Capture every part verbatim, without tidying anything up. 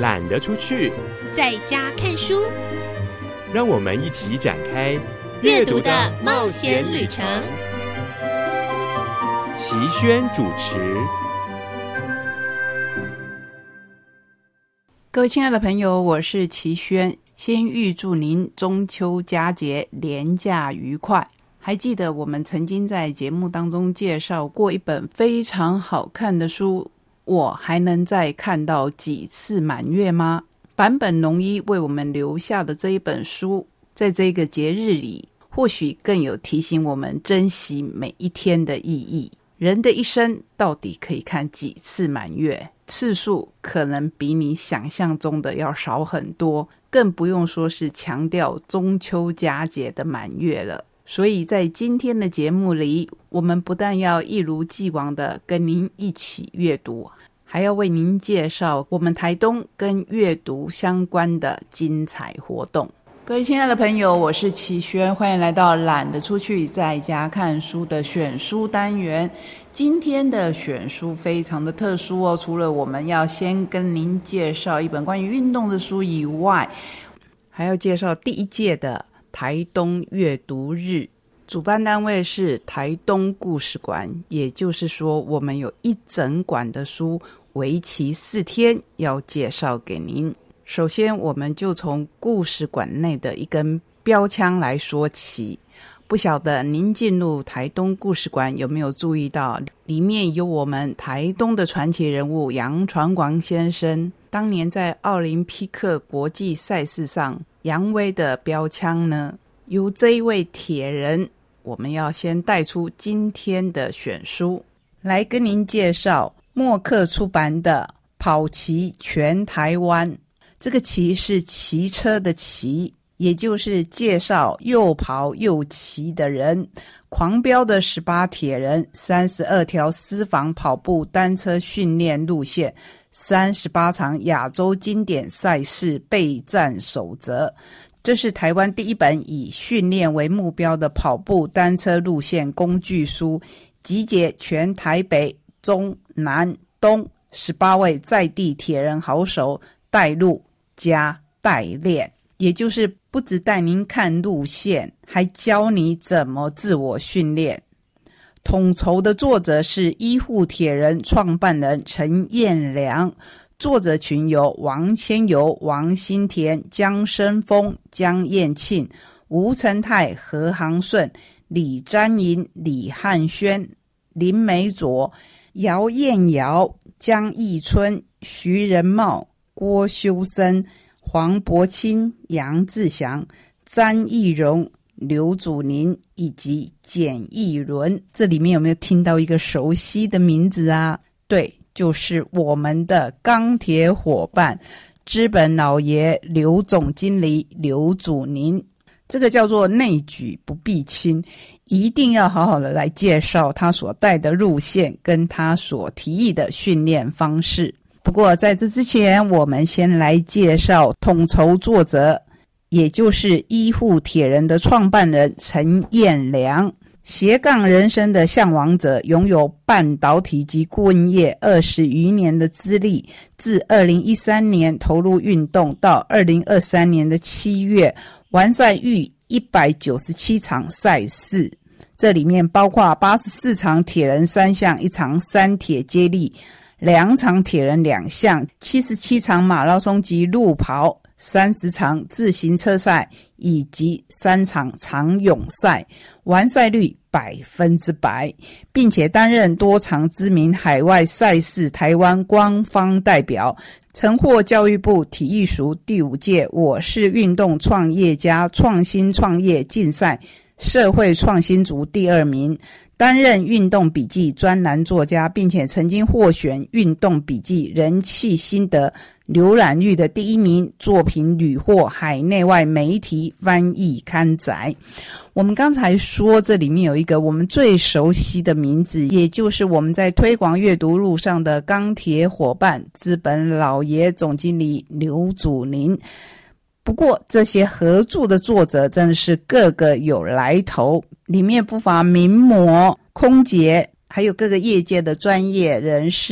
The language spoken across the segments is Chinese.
懒得出去， 在家看书。 让我们一起展开阅读的冒险旅程。 齐轩主持。 各位亲爱的朋友，我是齐轩，先预祝您中秋佳节连假愉快。还记得我们曾经在节目当中介绍过一本非常好看的书，我还能再看到几次满月吗？坂本龙一为我们留下的这一本书，在这个节日里或许更有提醒我们珍惜每一天的意义。人的一生到底可以看几次满月？次数可能比你想象中的要少很多，更不用说是强调中秋佳节的满月了。所以在今天的节目里，我们不但要一如既往的跟您一起阅读，还要为您介绍我们台东跟阅读相关的精彩活动。各位亲爱的朋友，我是齐轩，欢迎来到懒得出去在家看书的选书单元。今天的选书非常的特殊哦，除了我们要先跟您介绍一本关于运动的书以外，还要介绍第一届的台东阅读日，主办单位是台东故事馆，也就是说我们有一整馆的书，为期四天要介绍给您。首先我们就从故事馆内的一根标枪来说起。不晓得您进入台东故事馆有没有注意到，里面有我们台东的传奇人物杨传广先生当年在奥林匹克国际赛事上扬威的标枪呢。由这一位铁人，我们要先带出今天的选书，来跟您介绍默克出版的跑骑全台湾。这个骑是骑车的骑，也就是介绍又跑又骑的人，狂飙的十八铁人，三十二条私房跑步单车训练路线，三十八场亚洲经典赛事备战守则。这是台湾第一本以训练为目标的跑步单车路线工具书，集结全台北、中、南、东十八位在地铁人好手带路加带练，也就是不只带您看路线，还教你怎么自我训练。统筹的作者是医护铁人创办人陈彦良，作者群有王千游、王新田、江生峰、江燕庆、吴成泰、何航顺、李詹莹、李汉轩、林美佐、姚燕瑶、江义春、徐仁茂、郭修森、黄柏清、杨志祥、詹义荣、刘祖宁以及简义伦。这里面有没有听到一个熟悉的名字啊？对，就是我们的钢铁伙伴资本老爷刘总经理刘祖宁。这个叫做内举不避亲，一定要好好的来介绍他所带的路线跟他所提议的训练方式。不过在这之前，我们先来介绍统筹作者，也就是医护铁人的创办人陈彦良。斜杠人生的向往者，拥有半导体及顾问业二十余年的资历，自二零一三年投入运动，到二零二三年的七月完赛逾一百九十七场赛事，这里面包括八十四场铁人三项，一场三铁接力，两场铁人两项，七十七场马拉松及路跑，三十场自行车赛以及三场长泳赛，完赛率百分之百，并且担任多场知名海外赛事台湾官方代表，曾获教育部体育署第五届我是运动创业家创新创业竞赛社会创新组第二名，担任运动笔记专栏作家，并且曾经获选运动笔记人气心得浏览率的第一名，作品屡获海内外媒体翻译刊载。我们刚才说这里面有一个我们最熟悉的名字，也就是我们在推广阅读路上的钢铁伙伴资本老爷总经理刘祖宁。不过这些合著的作者真的是个个有来头，里面不乏名模、空姐，还有各个业界的专业人士，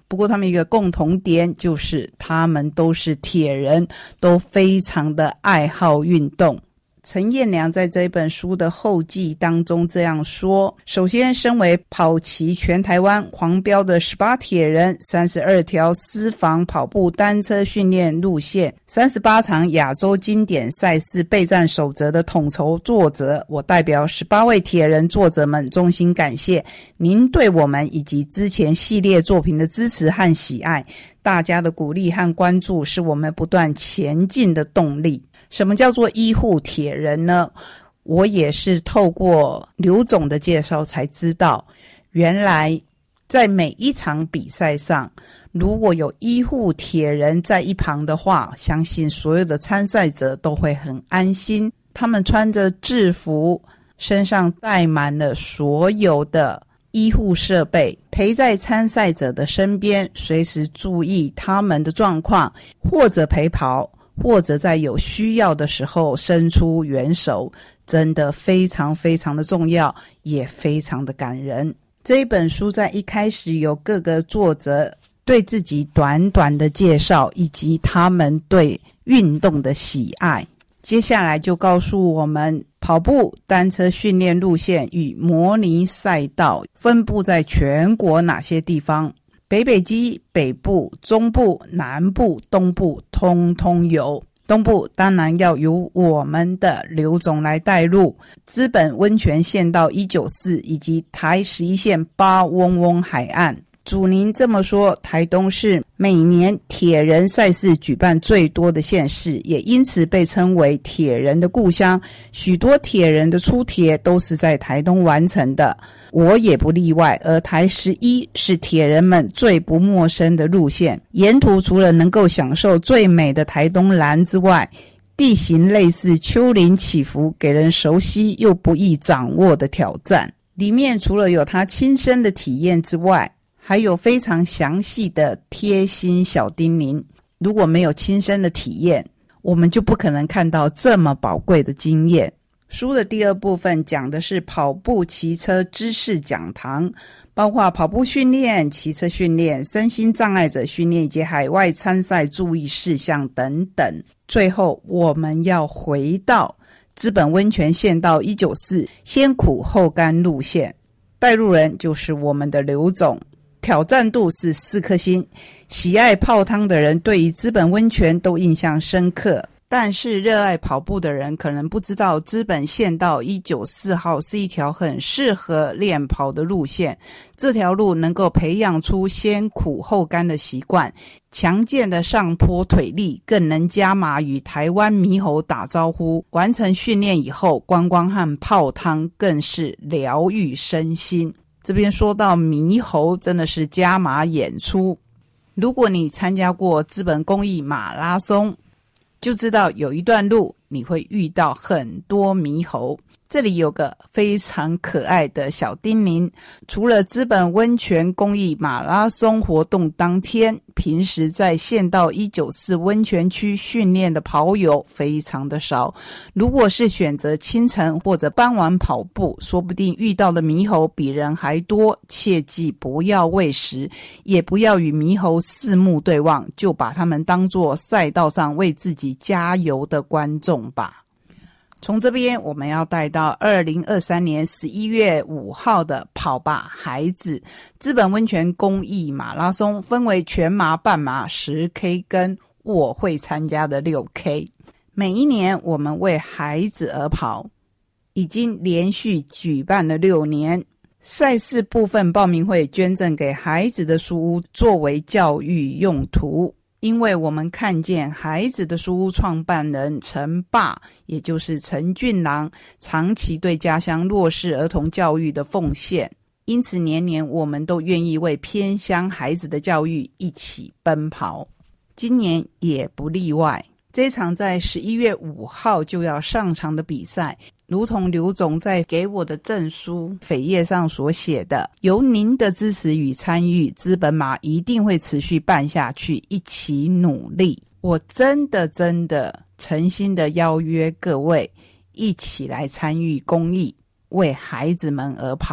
不过他们一个共同点就是他们都是铁人，都非常的爱好运动。陈彦良在这本书的后记当中这样说，首先身为跑骑全台湾黄标的十八铁人，三十二条私房跑步单车训练路线，三十八场亚洲经典赛事备战守则的统筹作者，我代表十八位铁人作者们衷心感谢您对我们以及之前系列作品的支持和喜爱，大家的鼓励和关注是我们不断前进的动力。什么叫做医护铁人呢？我也是透过刘总的介绍才知道，原来在每一场比赛上，如果有医护铁人在一旁的话，相信所有的参赛者都会很安心。他们穿着制服，身上带满了所有的医护设备，陪在参赛者的身边，随时注意他们的状况，或者陪跑，或者在有需要的时候伸出援手，真的非常非常的重要，也非常的感人。这一本书在一开始有各个作者对自己短短的介绍，以及他们对运动的喜爱。接下来就告诉我们跑步单车训练路线与模拟赛道分布在全国哪些地方，北北基、北部、中部、南部、东部通通有。东部当然要由我们的刘总来带路，资本温泉县道一九四以及台十一线八翁翁海岸。祖宁这么说，台东是每年铁人赛事举办最多的县市，也因此被称为铁人的故乡，许多铁人的出铁都是在台东完成的，我也不例外。而台十一是铁人们最不陌生的路线，沿途除了能够享受最美的台东蓝之外，地形类似丘陵起伏，给人熟悉又不易掌握的挑战。里面除了有他亲身的体验之外，还有非常详细的贴心小叮咛，如果没有亲身的体验，我们就不可能看到这么宝贵的经验。书的第二部分讲的是跑步骑车知识讲堂，包括跑步训练、骑车训练、身心障碍者训练以及海外参赛注意事项等等。最后我们要回到资本温泉县道一九四先苦后甘路线，带路人就是我们的刘总，挑战度是四颗星，喜爱泡汤的人对于资本温泉都印象深刻，但是热爱跑步的人可能不知道，资本县道一九四号是一条很适合练跑的路线，这条路能够培养出先苦后甘的习惯，强健的上坡腿力，更能加码与台湾猕猴打招呼。完成训练以后，观光和泡汤更是疗愈身心。这边说到猕猴真的是加码演出，如果你参加过资本公益马拉松，就知道有一段路你会遇到很多猕猴。这里有个非常可爱的小叮咛，除了资本温泉公益马拉松活动当天，平时在县道一九四温泉区训练的跑友非常的少，如果是选择清晨或者傍晚跑步，说不定遇到的猕猴比人还多，切记不要喂食，也不要与猕猴四目对望，就把他们当作赛道上为自己加油的观众吧。从这边我们要带到二零二三年十一月五号的跑吧孩子资本温泉公益马拉松，分为全马、半马、十 K 跟我会参加的六 K。 每一年我们为孩子而跑，已经连续举办了六年。赛事部分报名会捐赠给孩子的书屋作为教育用途，因为我们看见孩子的书屋创办人陈爸，也就是陈俊郎，长期对家乡弱势儿童教育的奉献，因此年年我们都愿意为偏乡孩子的教育一起奔跑，今年也不例外。这场在十一月五号就要上场的比赛，如同刘总在给我的证书扉页上所写的，由您的支持与参与，资本马一定会持续办下去，一起努力。我真的真的诚心的邀约各位一起来参与公益，为孩子们而跑。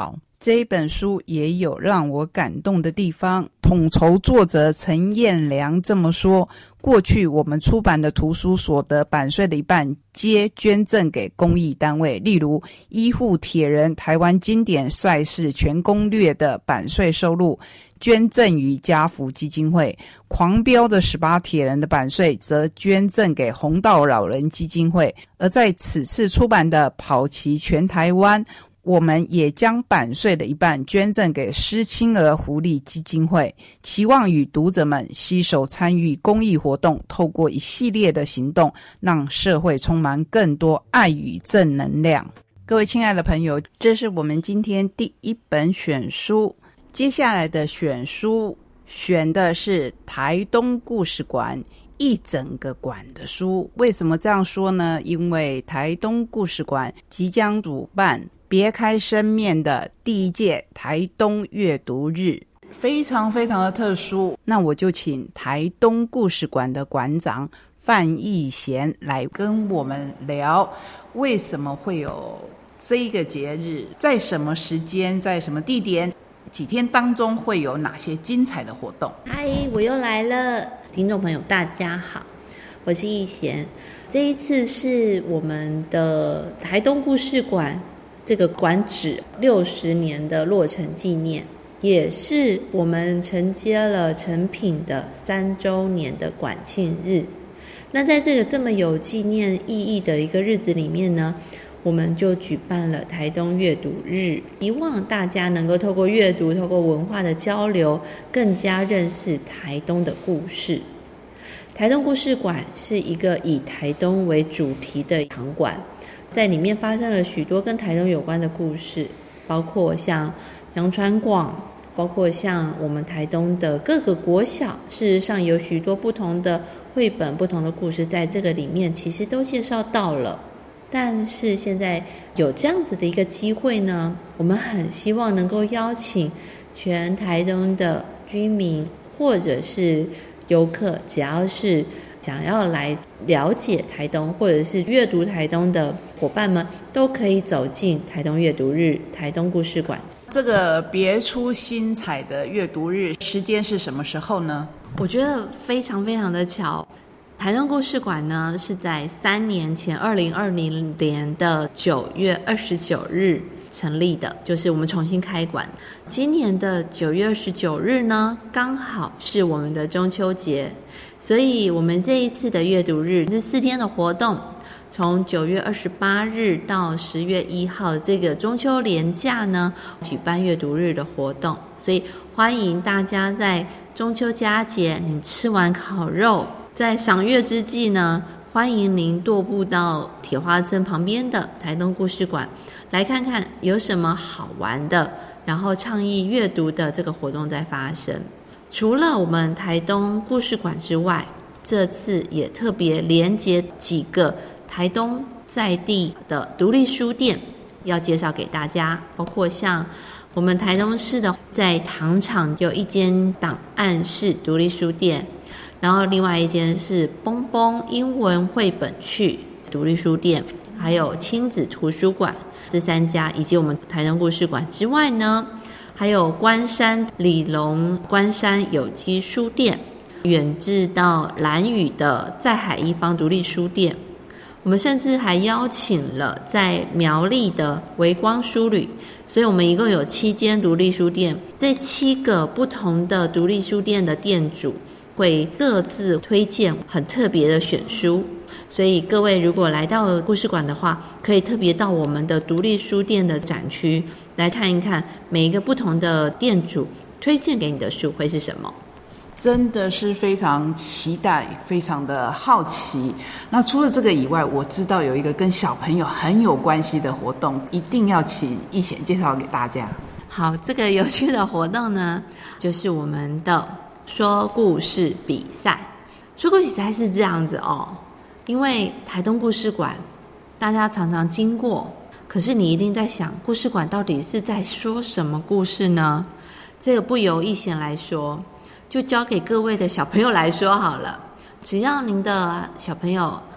这一本书也有让我感动的地方。统筹作者陈彦良这么说，过去我们出版的图书所得版税的一半皆捐赠给公益单位，例如医护铁人台湾经典赛事全攻略的版税收入捐赠于家福基金会，狂飙的十八铁人的版税则捐赠给弘道老人基金会。而在此次出版的跑骑全台湾，我们也将版税的一半捐赠给失亲儿福利基金会，期望与读者们携手参与公益活动，透过一系列的行动，让社会充满更多爱与正能量。各位亲爱的朋友，这是我们今天第一本选书。接下来的选书选的是台东故事馆一整个馆的书。为什么这样说呢？因为台东故事馆即将主办别开生面的第一届台东阅读日，非常非常的特殊。那我就请台东故事馆的馆长范义贤来跟我们聊，为什么会有这一个节日，在什么时间，在什么地点，几天当中会有哪些精彩的活动。 嗨，我又来了，听众朋友大家好，我是义贤。这一次是我们的台东故事馆这个馆址六十年的落成纪念，也是我们承接了成品的三周年的馆庆日。那在这个这么有纪念意义的一个日子里面呢，我们就举办了台东阅读日，希望大家能够透过阅读，透过文化的交流，更加认识台东的故事。台东故事馆是一个以台东为主题的场馆，在里面发生了许多跟台东有关的故事，包括像杨传广，包括像我们台东的各个国小，事实上有许多不同的绘本，不同的故事在这个里面其实都介绍到了。但是现在有这样子的一个机会呢，我们很希望能够邀请全台东的居民或者是游客，只要是想要来了解台东或者是阅读台东的伙伴们，都可以走进台东阅读日台东故事馆。 这个别出心裁的阅读日时间是什么时候呢？ 我觉得非常非常的巧，台东故事馆呢是在三年前二零二零年的九月二十九日成立的，就是我们重新开馆。今年的九月二十九日呢，刚好是我们的中秋节，所以我们这一次的阅读日是四天的活动，从九月二十八日到十月一号这个中秋连假呢，举办阅读日的活动，所以欢迎大家在中秋佳节，你吃完烤肉，在赏月之际呢，欢迎您踱步到铁花村旁边的台东故事馆，来看看有什么好玩的，然后倡议阅读的这个活动在发生。除了我们台东故事馆之外，这次也特别连接几个台东在地的独立书店要介绍给大家，包括像我们台东市的在糖厂有一间档案室独立书店，然后另外一间是蹦蹦英文绘本区独立书店，还有亲子图书馆，这三家以及我们台东故事馆之外呢，还有关山里龙关山有机书店，远至到兰屿的在海一方独立书店。我们甚至还邀请了在苗栗的微光书旅，所以我们一共有七间独立书店，这七个不同的独立书店的店主会各自推荐很特别的选书，所以各位如果来到故事馆的话，可以特别到我们的独立书店的展区来看一看，每一个不同的店主推荐给你的书会是什么。 真的是非常期待，非常的好奇。那除了这个以外，我知道有一个跟小朋友很有关系的活动，一定要请义贤介绍给大家。 好，这个有趣的活动呢，就是我们的说故事比赛。说故事比赛是这样子哦，因为台东故事馆大家常常经过，可是你一定在想，故事馆到底是在说什么故事呢？这个不由义贤来说，就交给各位的小朋友来说好了。只要您的小朋友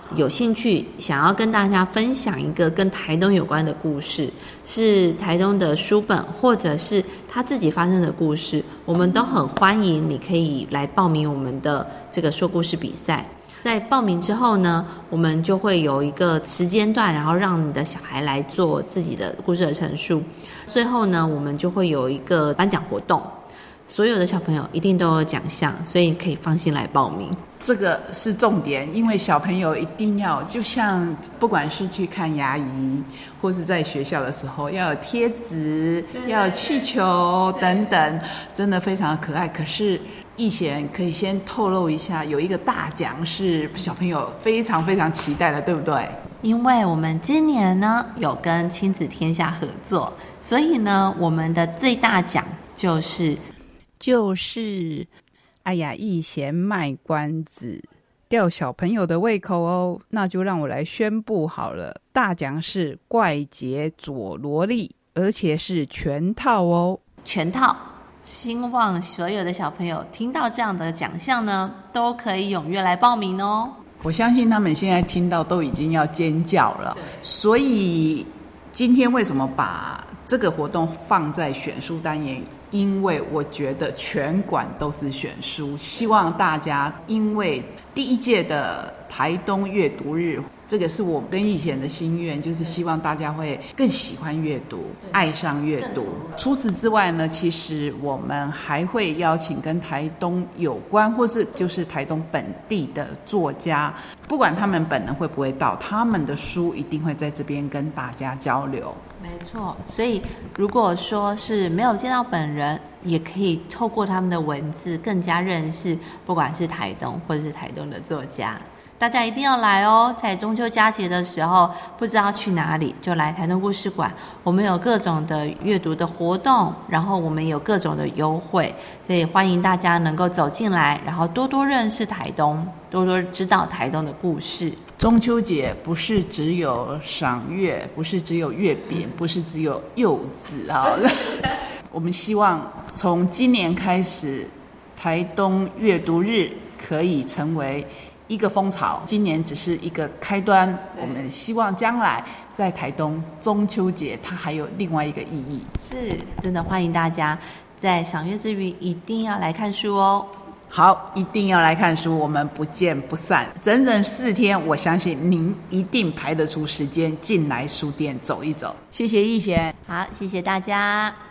有兴趣想要跟大家分享一个跟台东有关的故事，是台东的书本或者是他自己发生的故事，我们都很欢迎你可以来报名我们的这个说故事比赛。在报名之后呢，我们就会有一个时间段，然后让你的小孩来做自己的故事的陈述。最后呢，我们就会有一个颁奖活动，所有的小朋友一定都有奖项，所以可以放心来报名。 这个是重点，因为小朋友一定要，就像不管是去看牙医，或是在学校的时候，要有贴纸，要有气球等等，真的非常可爱。可是逸贤可以先透露一下，有一个大奖是小朋友非常非常期待的，对不对？ 因为我们今年呢有跟亲子天下合作，所以呢我们的最大奖就是就是哎呀，逸贤卖关子吊小朋友的胃口哦，那就让我来宣布好了，大奖是怪杰佐罗利，而且是全套哦， 全套。希望所有的小朋友听到这样的奖项呢，都可以踊跃来报名哦。 我相信他们现在听到都已经要尖叫了，所以今天为什么把这个活动放在选书单元？因为我觉得全馆都是选书，希望大家因为第一届的台东阅读日，这个是我跟逸贤的心愿，就是希望大家会更喜欢阅读，爱上阅读。除此之外呢，其实我们还会邀请跟台东有关或是就是台东本地的作家，不管他们本人会不会到，他们的书一定会在这边跟大家交流。 没错，所以如果说是没有见到本人，也可以透过他们的文字更加认识不管是台东或者是台东的作家。大家一定要来哦，在中秋佳节的时候不知道去哪里，就来台东故事馆，我们有各种的阅读的活动，然后我们有各种的优惠，所以欢迎大家能够走进来，然后多多认识台东，多多知道台东的故事。 中秋节不是只有赏月，不是只有月饼，不是只有柚子啊！我们希望从今年开始，台东阅读日可以成为一个风潮，今年只是一个开端，我们希望将来在台东中秋节它还有另外一个意义。 是，真的欢迎大家在赏月之余一定要来看书哦。 好，一定要来看书，我们不见不散。整整四天，我相信您一定排得出时间进来书店走一走。谢谢逸贤， 好，谢谢大家。